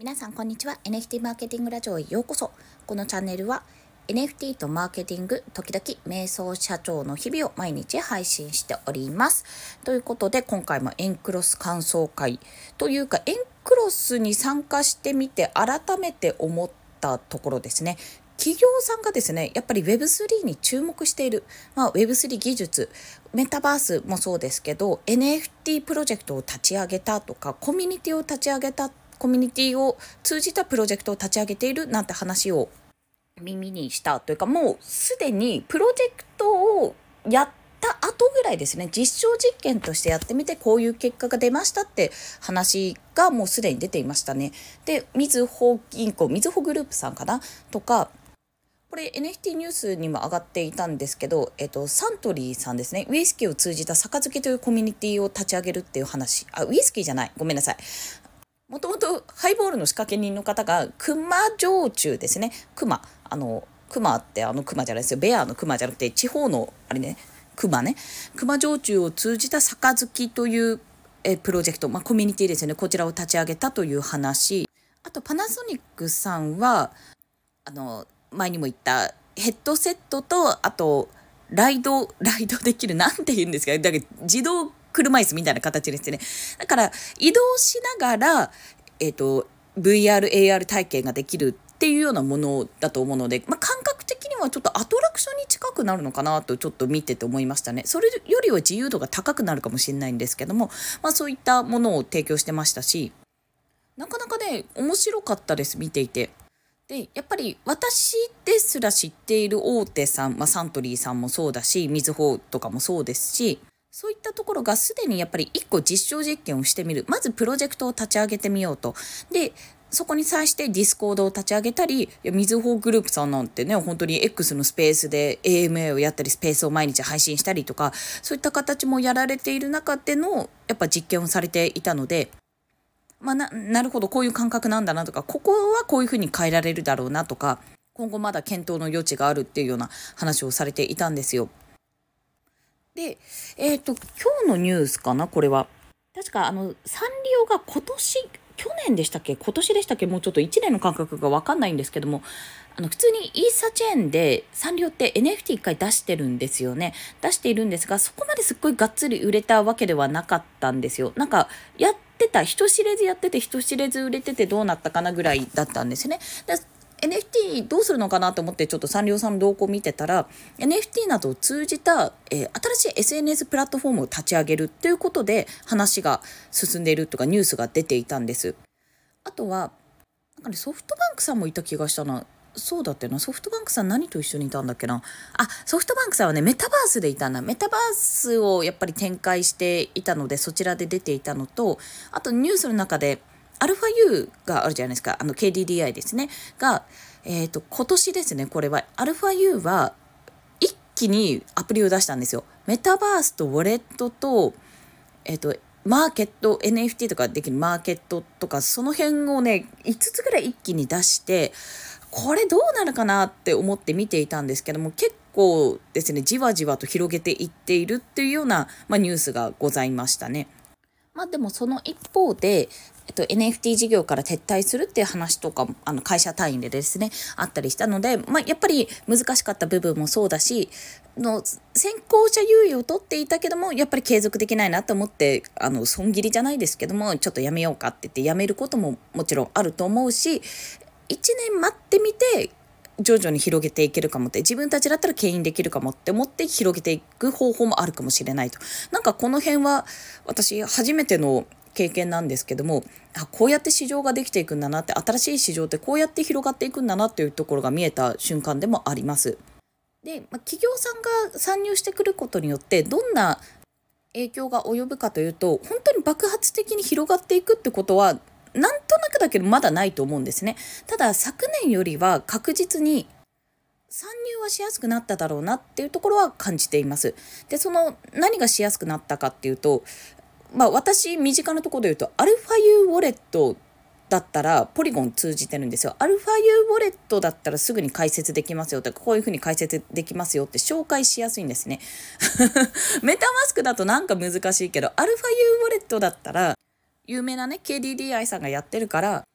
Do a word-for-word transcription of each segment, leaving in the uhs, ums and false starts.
皆さんこんにちは。 エヌエフティー マーケティングラジオへようこそ。このチャンネルは エヌエフティー とマーケティング、時々瞑想社長の日々を毎日配信しております。ということで、今回もエンクロス感想会というか、エンクロスに参加してみて改めて思ったところですね。企業さんがですね、やっぱり ウェブスリー に注目している、まあ、ウェブスリー 技術、メタバースもそうですけど、エヌエフティー プロジェクトを立ち上げたとか、コミュニティを立ち上げた、コミュニティを通じたプロジェクトを立ち上げているなんて話を耳にしたというか、もうすでにプロジェクトをやった後ぐらいですね、実証実験としてやってみてこういう結果が出ましたって話がもうすでに出ていましたね。で、みずほ銀行、みずほグループさんかなとか、これ エヌエフティー ニュースにも上がっていたんですけど、えっと、サントリーさんですね、ウイスキーを通じた杯というコミュニティを立ち上げるっていう話、あ、ウイスキーじゃない、ごめんなさい。もともとハイボールの仕掛け人の方が熊焼酎ですね。熊、あの熊ってあの熊じゃないですよ。ベアの熊じゃなくて地方のあれね、熊ね。熊焼酎を通じた杯というえプロジェクト、まあ、コミュニティですよね。こちらを立ち上げたという話。あとパナソニックさんはあの前にも言ったヘッドセットと、あとライドライドできる、なんて言うんですか、だけど自動車椅子みたいな形ですね。だから移動しながら、えーと、ブイアール、エーアール 体験ができるっていうようなものだと思うので、まあ、感覚的にはちょっとアトラクションに近くなるのかなとちょっと見てて思いましたね。それよりは自由度が高くなるかもしれないんですけども、まあ、そういったものを提供してましたし、なかなかね面白かったです、見ていて。でやっぱり私ですら知っている大手さん、まあ、サントリーさんもそうだし、みずほとかもそうですし、そういったところがすでにやっぱり一個実証実験をしてみる、まずプロジェクトを立ち上げてみようと。でそこに際してディスコードを立ち上げたり、いやみずほグループさんなんてね、本当に X のスペースで エーエムエー をやったり、スペースを毎日配信したりとか、そういった形もやられている中でのやっぱ実験をされていたので、まあ、な, なるほど、こういう感覚なんだなとか、ここはこういうふうに変えられるだろうなとか、今後まだ検討の余地があるっていうような話をされていたんですよ。で、えっと、今日のニュースかな、これは。確か、あの、サンリオが今年、去年でしたっけ、今年でしたっけ、もうちょっといちねんの感覚がわかんないんですけども、あの、普通にイーサチェーンでサンリオって エヌエフティー 一回出してるんですよね。出しているんですが、そこまですっごいがっつり売れたわけではなかったんですよ。なんか、やってた、人知れずやってて、人知れず売れててどうなったかなぐらいだったんですね。でエヌエフティー どうするのかなと思ってちょっとサンリオさんの動向を見てたら、 エヌエフティー などを通じた、えー新しい エスエヌエス プラットフォームを立ち上げるということで話が進んでいるとかニュースが出ていたんです。あとはなんか、ね、ソフトバンクさんもいた気がしたな。そうだってな、ソフトバンクさん何と一緒にいたんだっけな。あ、ソフトバンクさんはね、メタバースでいたな。メタバースをやっぱり展開していたので、そちらで出ていたのと、あとニュースの中でアルファ ユー があるじゃないですか。あの ケーディーディーアイ ですね。が、えっと、今年ですね、これは、アルファ ユー は一気にアプリを出したんですよ。メタバースとウォレットと、えっと、マーケット、エヌエフティー とかできるマーケットとか、その辺をね、いつつぐらい一気に出して、これどうなるかなって思って見ていたんですけども、結構ですね、じわじわと広げていっているっていうような、まあ、ニュースがございましたね。まあでもその一方で、えっと、エヌエフティー 事業から撤退するっていう話とかもあの会社単位でですねあったりしたので、まあ、やっぱり難しかった部分もそうだし、の先行者優位を取っていたけどもやっぱり継続できないなと思って、あの損切りじゃないですけどもちょっとやめようかって言ってやめることももちろんあると思うし、いちねん待ってみて徐々に広げていけるかもって、自分たちだったら牽引できるかもって思って広げていく方法もあるかもしれないと。なんかこの辺は私初めての経験なんですけども、あ、こうやって市場ができていくんだなって、新しい市場ってこうやって広がっていくんだなっていうところが見えた瞬間でもあります。で、まあ、企業さんが参入してくることによってどんな影響が及ぶかというと、本当に爆発的に広がっていくってことはなんとなくだけどまだないと思うんですね。ただ昨年よりは確実に参入はしやすくなっただろうなっていうところは感じています。で、その何がしやすくなったかっていうと、まあ私身近なところで言うと、アルファ ユー ウォレットだったらポリゴン通じてるんですよ。アルファ ユー ウォレットだったらすぐに解説できますよとか、こういうふうに解説できますよって紹介しやすいんですね。メタマスクだとなんか難しいけど、アルファ ユー ウォレットだったら有名なね ケーディーディーアイ さんがやってるから、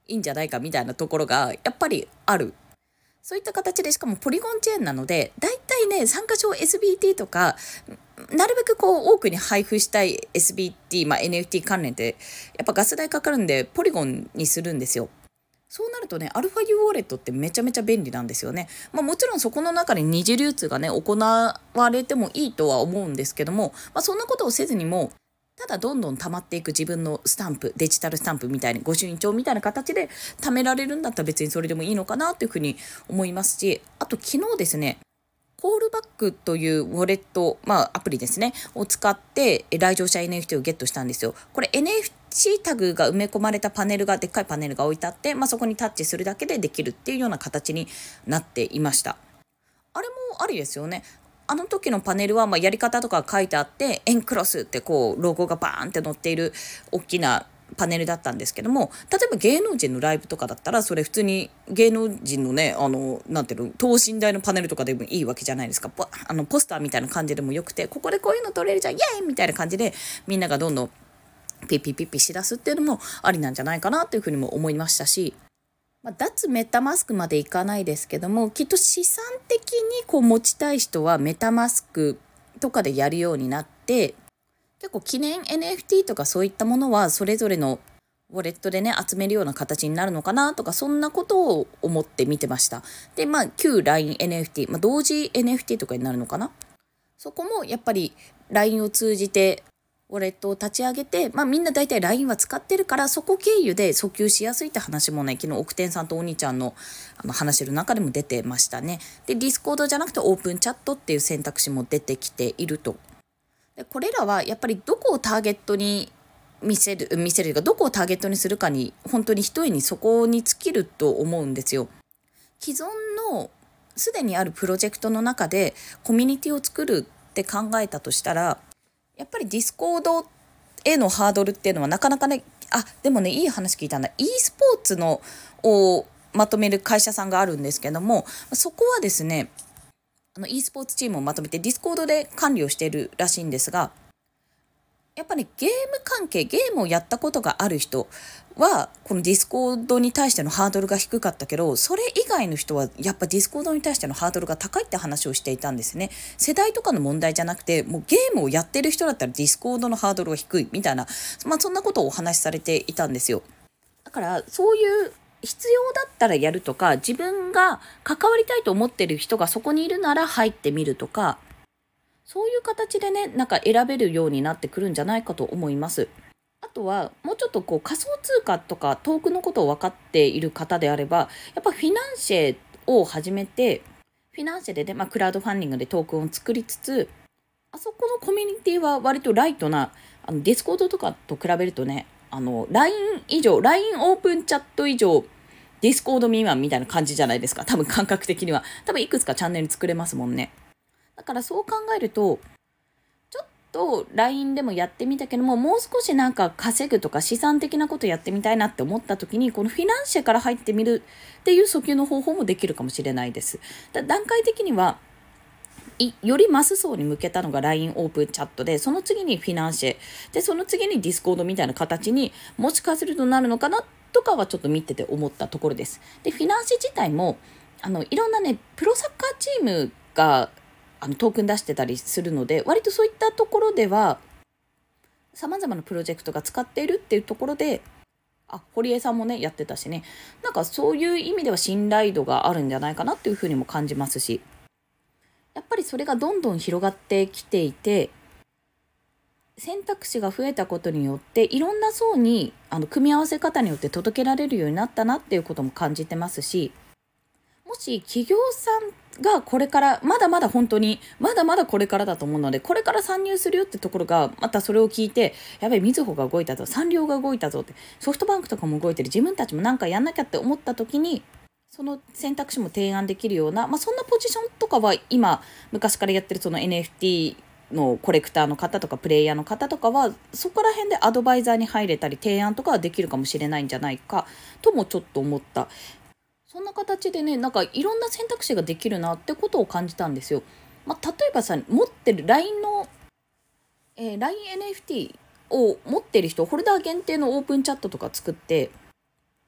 いいんじゃないかみたいなところがやっぱりある。そういった形で、しかもポリゴンチェーンなので、だいたいね、参加賞 エスビーティー とか、なるべくこう多くに配布したい エスビーティー、まあ、エヌエフティー 関連ってやっぱガス代かかるんで、ポリゴンにするんですよ。そうなるとね、アルファ U ウォレットってめちゃめちゃ便利なんですよね。まあ、もちろんそこの中で二次流通がね、行われてもいいとは思うんですけども、まあ、そんなことをせずにも、ただどんどん溜まっていく自分のスタンプ、デジタルスタンプみたいに、御朱印帳みたいな形で貯められるんだったら別にそれでもいいのかなというふうに思いますし、あと昨日ですね、コールバックというウォレット、まあアプリですね、を使って来場者 エヌエフティー をゲットしたんですよ。これ エヌエフティー タグが埋め込まれたパネルが、でっかいパネルが置いてあって、まあそこにタッチするだけでできるっていうような形になっていました。あれもありですよね。あの時のパネルはまあやり方とか書いてあって、エンクロスってこうロゴがバーンって載っている大きなパネルだったんですけども、例えば芸能人のライブとかだったら、それ普通に芸能人のね、あのなんていうの、等身大のパネルとかでもいいわけじゃないですか。ポあのポスターみたいな感じでもよくて、ここでこういうの撮れるじゃん、イエーイみたいな感じでみんながどんどんピッピッピッピしだすっていうのもありなんじゃないかなというふうにも思いましたし、まあ、脱メタマスクまでいかないですけども、きっと資産的にこう持ちたい人はメタマスクとかでやるようになって、結構記念 エヌエフティー とかそういったものはそれぞれのウォレットでね集めるような形になるのかなとか、そんなことを思って見てました。でまあ旧 ラインエヌエフティー、まあ、同時 エヌエフティー とかになるのかな。そこもやっぱり ライン を通じてウォレットを立ち上げて、まあ、みんな大体 ライン は使ってるから、そこ経由で訴求しやすいって話もね、昨日奥天さんとお兄ちゃんのあの話してる中でも出てましたね。でディスコードじゃなくてオープンチャットっていう選択肢も出てきていると。でこれらはやっぱりどこをターゲットに見せる見せるか、どこをターゲットにするかに本当に一重にそこに尽きると思うんですよ。既存のすでにあるプロジェクトの中でコミュニティを作るって考えたとしたら、やっぱりディスコードへのハードルっていうのはなかなかね、あでもね、いい話聞いたんだ。 e スポーツのをまとめる会社さんがあるんですけども、そこはですね、あの e スポーツチームをまとめてディスコードで管理をしているらしいんですが、やっぱりゲーム関係、ゲームをやったことがある人はこのディスコードに対してのハードルが低かったけど、それ以外の人はやっぱディスコードに対してのハードルが高いって話をしていたんですね。世代とかの問題じゃなくて、もうゲームをやってる人だったらディスコードのハードルが低いみたいな、まあ、そんなことをお話しされていたんですよ。だからそういう必要だったらやるとか、自分が関わりたいと思ってる人がそこにいるなら入ってみるとか、そういう形でね、なんか選べるようになってくるんじゃないかと思います。あとはもうちょっとこう仮想通貨とかトークンのことを分かっている方であれば、やっぱフィナンシェを始めて、フィナンシェでね、まあ、クラウドファンディングでトークンを作りつつ、あそこのコミュニティは割とライトな、あのディスコードとかと比べるとね、あの ライン 以上、ライン オープンチャット以上ディスコード未満みたいな感じじゃないですか。多分感覚的には多分いくつかチャンネル作れますもんね。だからそう考えると、ちょっと ライン でもやってみたけども、もう少しなんか稼ぐとか資産的なことやってみたいなって思った時に、このフィナンシェから入ってみるっていう訴求の方法もできるかもしれないです。だ段階的にはいよりマス層に向けたのが ライン オープンチャットで、その次にフィナンシェで、その次にディスコードみたいな形にもしかするとなるのかなとかはちょっと見てて思ったところです。でフィナンシェ自体もあのいろんなねプロサッカーチームがあのトークン出してたりするので、割とそういったところではさまざまなプロジェクトが使っているっていうところで、あ堀江さんもねやってたしね、なんかそういう意味では信頼度があるんじゃないかなっていうふうにも感じますし、やっぱりそれがどんどん広がってきていて、選択肢が増えたことによっていろんな層にあの組み合わせ方によって届けられるようになったなっていうことも感じてますし、もし企業さんがこれからまだまだ本当にまだまだこれからだと思うので、これから参入するよってところがまたそれを聞いて、やばいみずほが動いたぞ、サンリオが動いたぞって、ソフトバンクとかも動いてる、自分たちもなんかやんなきゃって思った時に、その選択肢も提案できるような、まあ、そんなポジションとかは今昔からやってるその エヌエフティー のコレクターの方とかプレイヤーの方とかはそこら辺でアドバイザーに入れたり提案とかはできるかもしれないんじゃないかともちょっと思った。そんな形でね、なんかいろんな選択肢ができるなってことを感じたんですよ。まあ、例えばさ、持ってる ライン の、えー、ラインエヌエフティー を持ってる人、ホルダー限定のオープンチャットとか作って、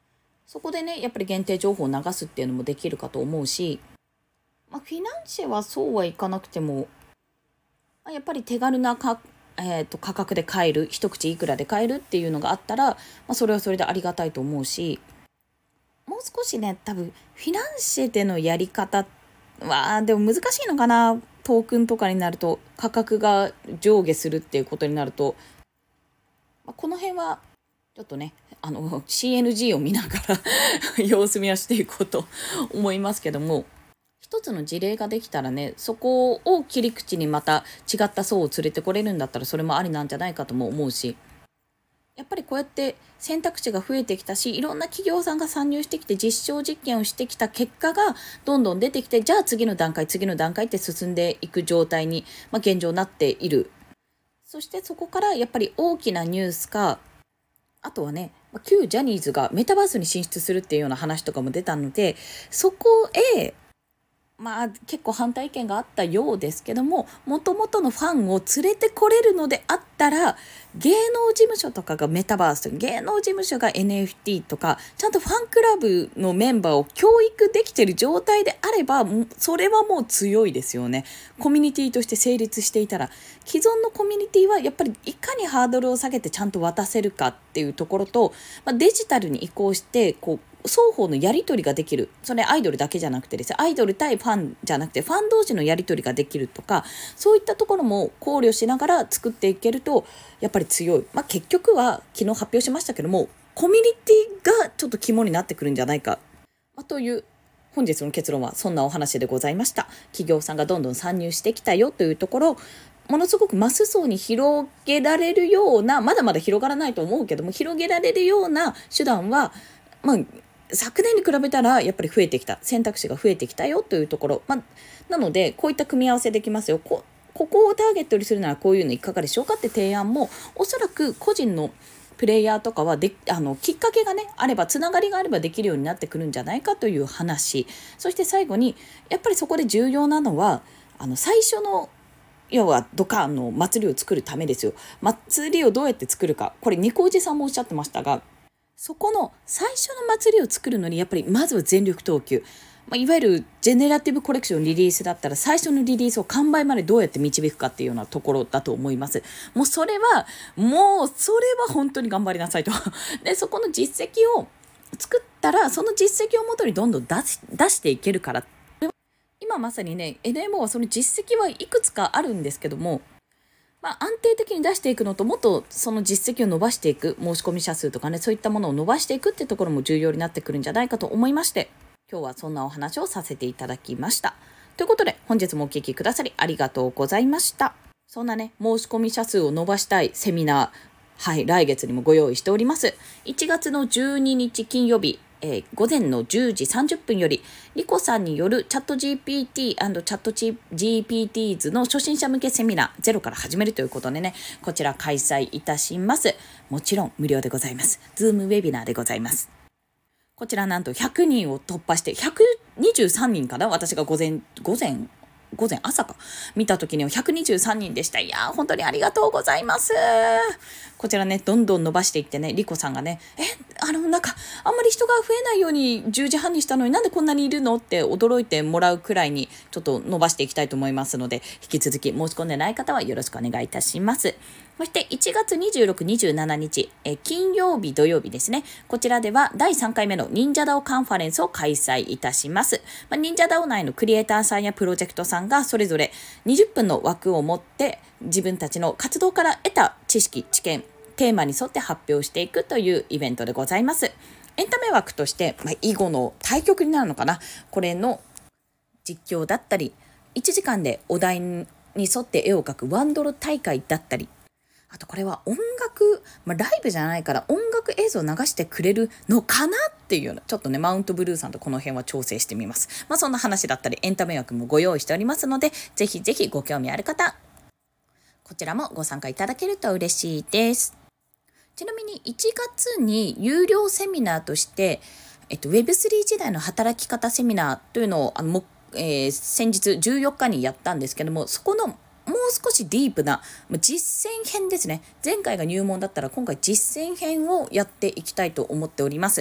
そこでね、やっぱり限定情報を流すっていうのもできるかと思うし、まあ、フィナンシェはそうはいかなくても、まあやっぱり手軽なか、えーと価格で買える、一口いくらで買えるっていうのがあったら、まあ、それはそれでありがたいと思うし、もう少しね、多分フィナンシェでのやり方はでも難しいのかな。トークンとかになると価格が上下するっていうことになると、まあ、この辺はちょっとね、あの シーエヌジー を見ながら様子見はしていこうと思いますけども、一つの事例ができたらね、そこを切り口にまた違った層を連れてこれるんだったらそれもありなんじゃないかとも思うし、やっぱりこうやって選択肢が増えてきたし、いろんな企業さんが参入してきて実証実験をしてきた結果がどんどん出てきて、じゃあ次の段階次の段階って進んでいく状態に、まあ、現状なっている。そしてそこからやっぱり大きなニュースか、あとはね、旧ジャニーズがメタバースに進出するっていうような話とかも出たので、そこへまあ結構反対意見があったようですけども、もともとのファンを連れてこれるのであったら、芸能事務所とかがメタバース、芸能事務所が エヌエフティー とか、ちゃんとファンクラブのメンバーを教育できている状態であれば、それはもう強いですよね。コミュニティとして成立していたら、既存のコミュニティはやっぱりいかにハードルを下げてちゃんと渡せるかっていうところと、まあ、デジタルに移行してこう双方のやり取りができる。それアイドルだけじゃなくてですね、アイドル対ファンじゃなくてファン同士のやり取りができるとか、そういったところも考慮しながら作っていけるとやっぱり強い。まあ、結局は昨日発表しましたけども、コミュニティがちょっと肝になってくるんじゃないか、まあ、という本日の結論はそんなお話でございました。企業さんがどんどん参入してきたよというところ、ものすごくマス層に広げられるような、まだまだ広がらないと思うけども、広げられるような手段は、まあ昨年に比べたらやっぱり増えてきた、選択肢が増えてきたよというところ、まあ、なのでこういった組み合わせできますよ、こここをターゲットにするならこういうのいかがでしょうかって提案も、おそらく個人のプレイヤーとかはであのきっかけがねあれば、つながりがあればできるようになってくるんじゃないかという話。そして最後にやっぱりそこで重要なのは、あの最初の要はドカンの祭りを作るためですよ。祭りをどうやって作るか、これニコおじさんもおっしゃってましたが、そこの最初の祭りを作るのにやっぱりまずは全力投球、まあ、いわゆるジェネラティブコレクションリリースだったら最初のリリースを完売までどうやって導くかっていうようなところだと思います。もうそれはもうそれは本当に頑張りなさいとでそこの実績を作ったら、その実績をもとにどんどん出し、出していけるから、今まさにね エヌエムオー はその実績はいくつかあるんですけども、まあ、安定的に出していくのと、もっとその実績を伸ばしていく、申し込み者数とかね、そういったものを伸ばしていくってところも重要になってくるんじゃないかと思いまして、今日はそんなお話をさせていただきました。ということで本日もお聞きくださりありがとうございました。そんなね、申し込み者数を伸ばしたいセミナー、はい、来月にもご用意しております。いちがつのじゅうににち金曜日、えー、午前のじゅうじさんじゅっぷんより、リコさんによるチャット ジーピーティー& チャット ジーピーティーズの初心者向けセミナー、ゼロから始めるということでね、こちら開催いたします。もちろん無料でございます。ズームウェビナーでございます。こちらなんとひゃくにんを突破して、ひゃくにじゅうさんにんかな、私が午前、午前、午前朝か見た時にはひゃくにじゅうさんにんでした。いやー本当にありがとうございます。こちらねどんどん伸ばしていってね、リコさんがね、えあのなんかあんまり人が増えないようにじゅうじはんにしたのになんでこんなにいるのって驚いてもらうくらいにちょっと伸ばしていきたいと思いますので、引き続き申し込んでない方はよろしくお願いいたします。そしていちがつにじゅうろく、にじゅうしちにち、え金曜日土曜日ですね、こちらではだいさんかいめの忍者ダオカンファレンスを開催いたします。まあ、忍者ダオ内のクリエイターさんやプロジェクトさんがそれぞれにじゅっぷんの枠を持って自分たちの活動から得た知識知見テーマに沿って発表していくというイベントでございます。エンタメ枠として、まあ、囲碁の対局になるのかな、これの実況だったり、いちじかんでお題に沿って絵を描くワンドロ大会だったり、あとこれは音楽、まあ、ライブじゃないから音楽映像を流してくれるのかなっていうの、ちょっとねマウントブルーさんとこの辺は調整してみます。まあそんな話だったりエンタメ枠もご用意しておりますので、ぜひぜひご興味ある方こちらもご参加いただけると嬉しいです。ちなみにいちがつに有料セミナーとして、えっと、ウェブスリー 時代の働き方セミナーというのをあのも、えー、先日じゅうよっかにやったんですけども、そこのもう少しディープな実践編ですね。前回が入門だったら今回実践編をやっていきたいと思っております。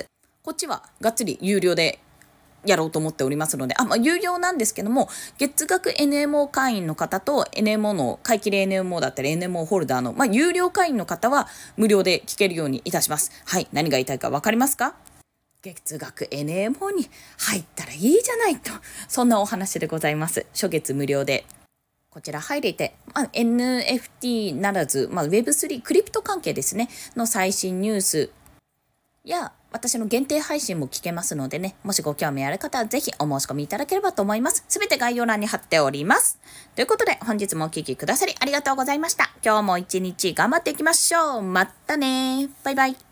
こっちはがっつり有料でやろうと思っておりますので、あ、まあ、有料なんですけども、月額 エヌエムオー 会員の方と エヌエムオー の買い切り エヌエムオー だったり エヌエムオー ホルダーの、まあ、有料会員の方は無料で聞けるようにいたします。はい、何が言いたいかわかりますか？月額 エヌエムオー に入ったらいいじゃないと、そんなお話でございます。初月無料で。こちら入れて、まあ、エヌエフティー ならず、まあ、ウェブスリー、クリプト関係ですね、の最新ニュースや、私の限定配信も聞けますのでね、もしご興味ある方はぜひお申し込みいただければと思います。すべて概要欄に貼っております。ということで、本日もお聞きくださりありがとうございました。今日も一日頑張っていきましょう。またね。バイバイ。